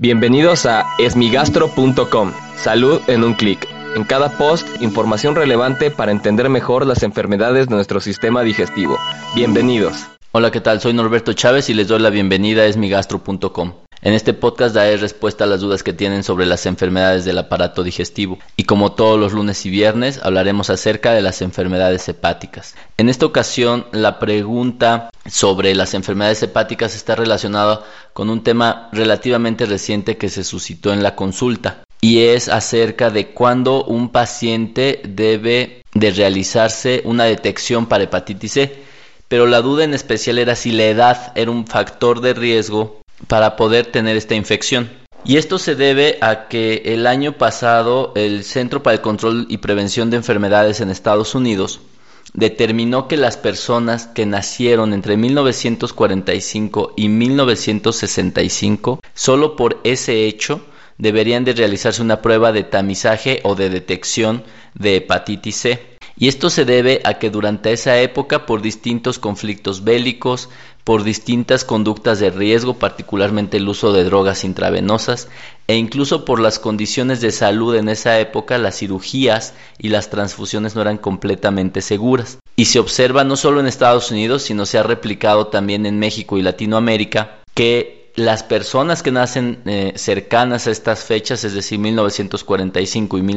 Bienvenidos a esmigastro.com. Salud en un clic. En cada post, información relevante para entender mejor las enfermedades de nuestro sistema digestivo. Bienvenidos. Hola, ¿qué tal? Soy Norberto Chávez y les doy la bienvenida a esmigastro.com. En este podcast daré respuesta a las dudas que tienen sobre las enfermedades del aparato digestivo. Y como todos los lunes y viernes, hablaremos acerca de las enfermedades hepáticas. En esta ocasión, la pregunta sobre las enfermedades hepáticas está relacionada con un tema relativamente reciente que se suscitó en la consulta. Y es acerca de cuándo un paciente debe de realizarse una detección para hepatitis C. Pero la duda en especial era si la edad era un factor de riesgo para poder tener esta infección. Y esto se debe a que el año pasado el Centro para el Control y Prevención de Enfermedades en Estados Unidos determinó que las personas que nacieron entre 1945 y 1965, solo por ese hecho, deberían de realizarse una prueba de tamizaje o de detección de hepatitis C. Y esto se debe a que durante esa época, por distintos conflictos bélicos, por distintas conductas de riesgo, particularmente el uso de drogas intravenosas, e incluso por las condiciones de salud en esa época, las cirugías y las transfusiones no eran completamente seguras. Y se observa no solo en Estados Unidos, sino se ha replicado también en México y Latinoamérica, que las personas que nacen cercanas a estas fechas, es decir, 1945 y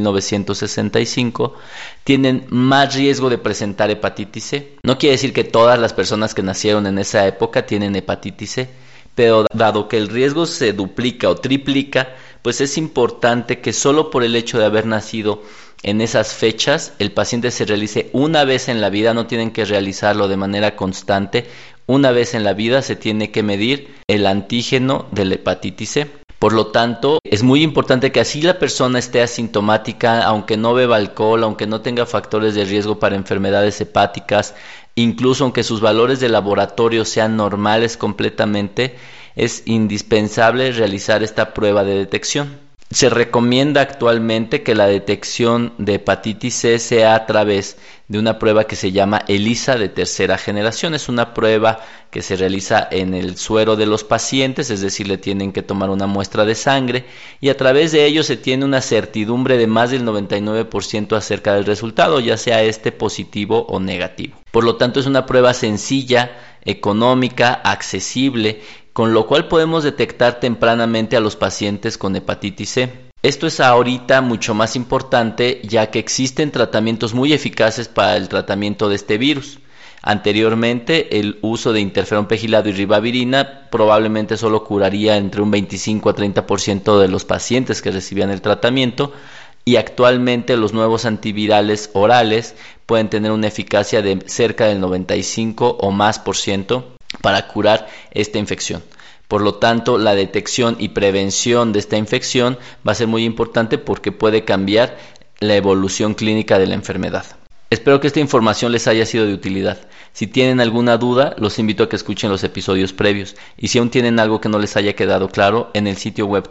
1965, tienen más riesgo de presentar hepatitis C. No quiere decir que todas las personas que nacieron en esa época tienen hepatitis C, pero dado que el riesgo se duplica o triplica, pues es importante que solo por el hecho de haber nacido en esas fechas, el paciente se realice una vez en la vida, no tienen que realizarlo de manera constante. Una vez en la vida se tiene que medir el antígeno de la hepatitis C. Por lo tanto, es muy importante que así la persona esté asintomática, aunque no beba alcohol, aunque no tenga factores de riesgo para enfermedades hepáticas, incluso aunque sus valores de laboratorio sean normales completamente, es indispensable realizar esta prueba de detección. Se recomienda actualmente que la detección de hepatitis C sea a través de una prueba que se llama ELISA de tercera generación. Es una prueba que se realiza en el suero de los pacientes, es decir, le tienen que tomar una muestra de sangre y a través de ello se tiene una certidumbre de más del 99% acerca del resultado, ya sea este positivo o negativo. Por lo tanto, es una prueba sencilla, económica, accesible, con lo cual podemos detectar tempranamente a los pacientes con hepatitis C. Esto es ahorita mucho más importante ya que existen tratamientos muy eficaces para el tratamiento de este virus. Anteriormente, el uso de interferón pegilado y ribavirina probablemente solo curaría entre un 25 a 30% de los pacientes que recibían el tratamiento, y actualmente los nuevos antivirales orales pueden tener una eficacia de cerca del 95 o más por ciento para curar esta infección. Por lo tanto, la detección y prevención de esta infección va a ser muy importante porque puede cambiar la evolución clínica de la enfermedad. Espero que esta información les haya sido de utilidad. Si tienen alguna duda, los invito a que escuchen los episodios previos. Y si aún tienen algo que no les haya quedado claro, en el sitio web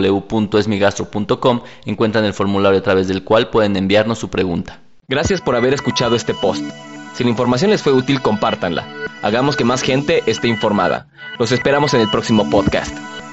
www.esmigastro.com encuentran el formulario a través del cual pueden enviarnos su pregunta. Gracias por haber escuchado este post. Si la información les fue útil, compártanla. Hagamos que más gente esté informada. Los esperamos en el próximo podcast.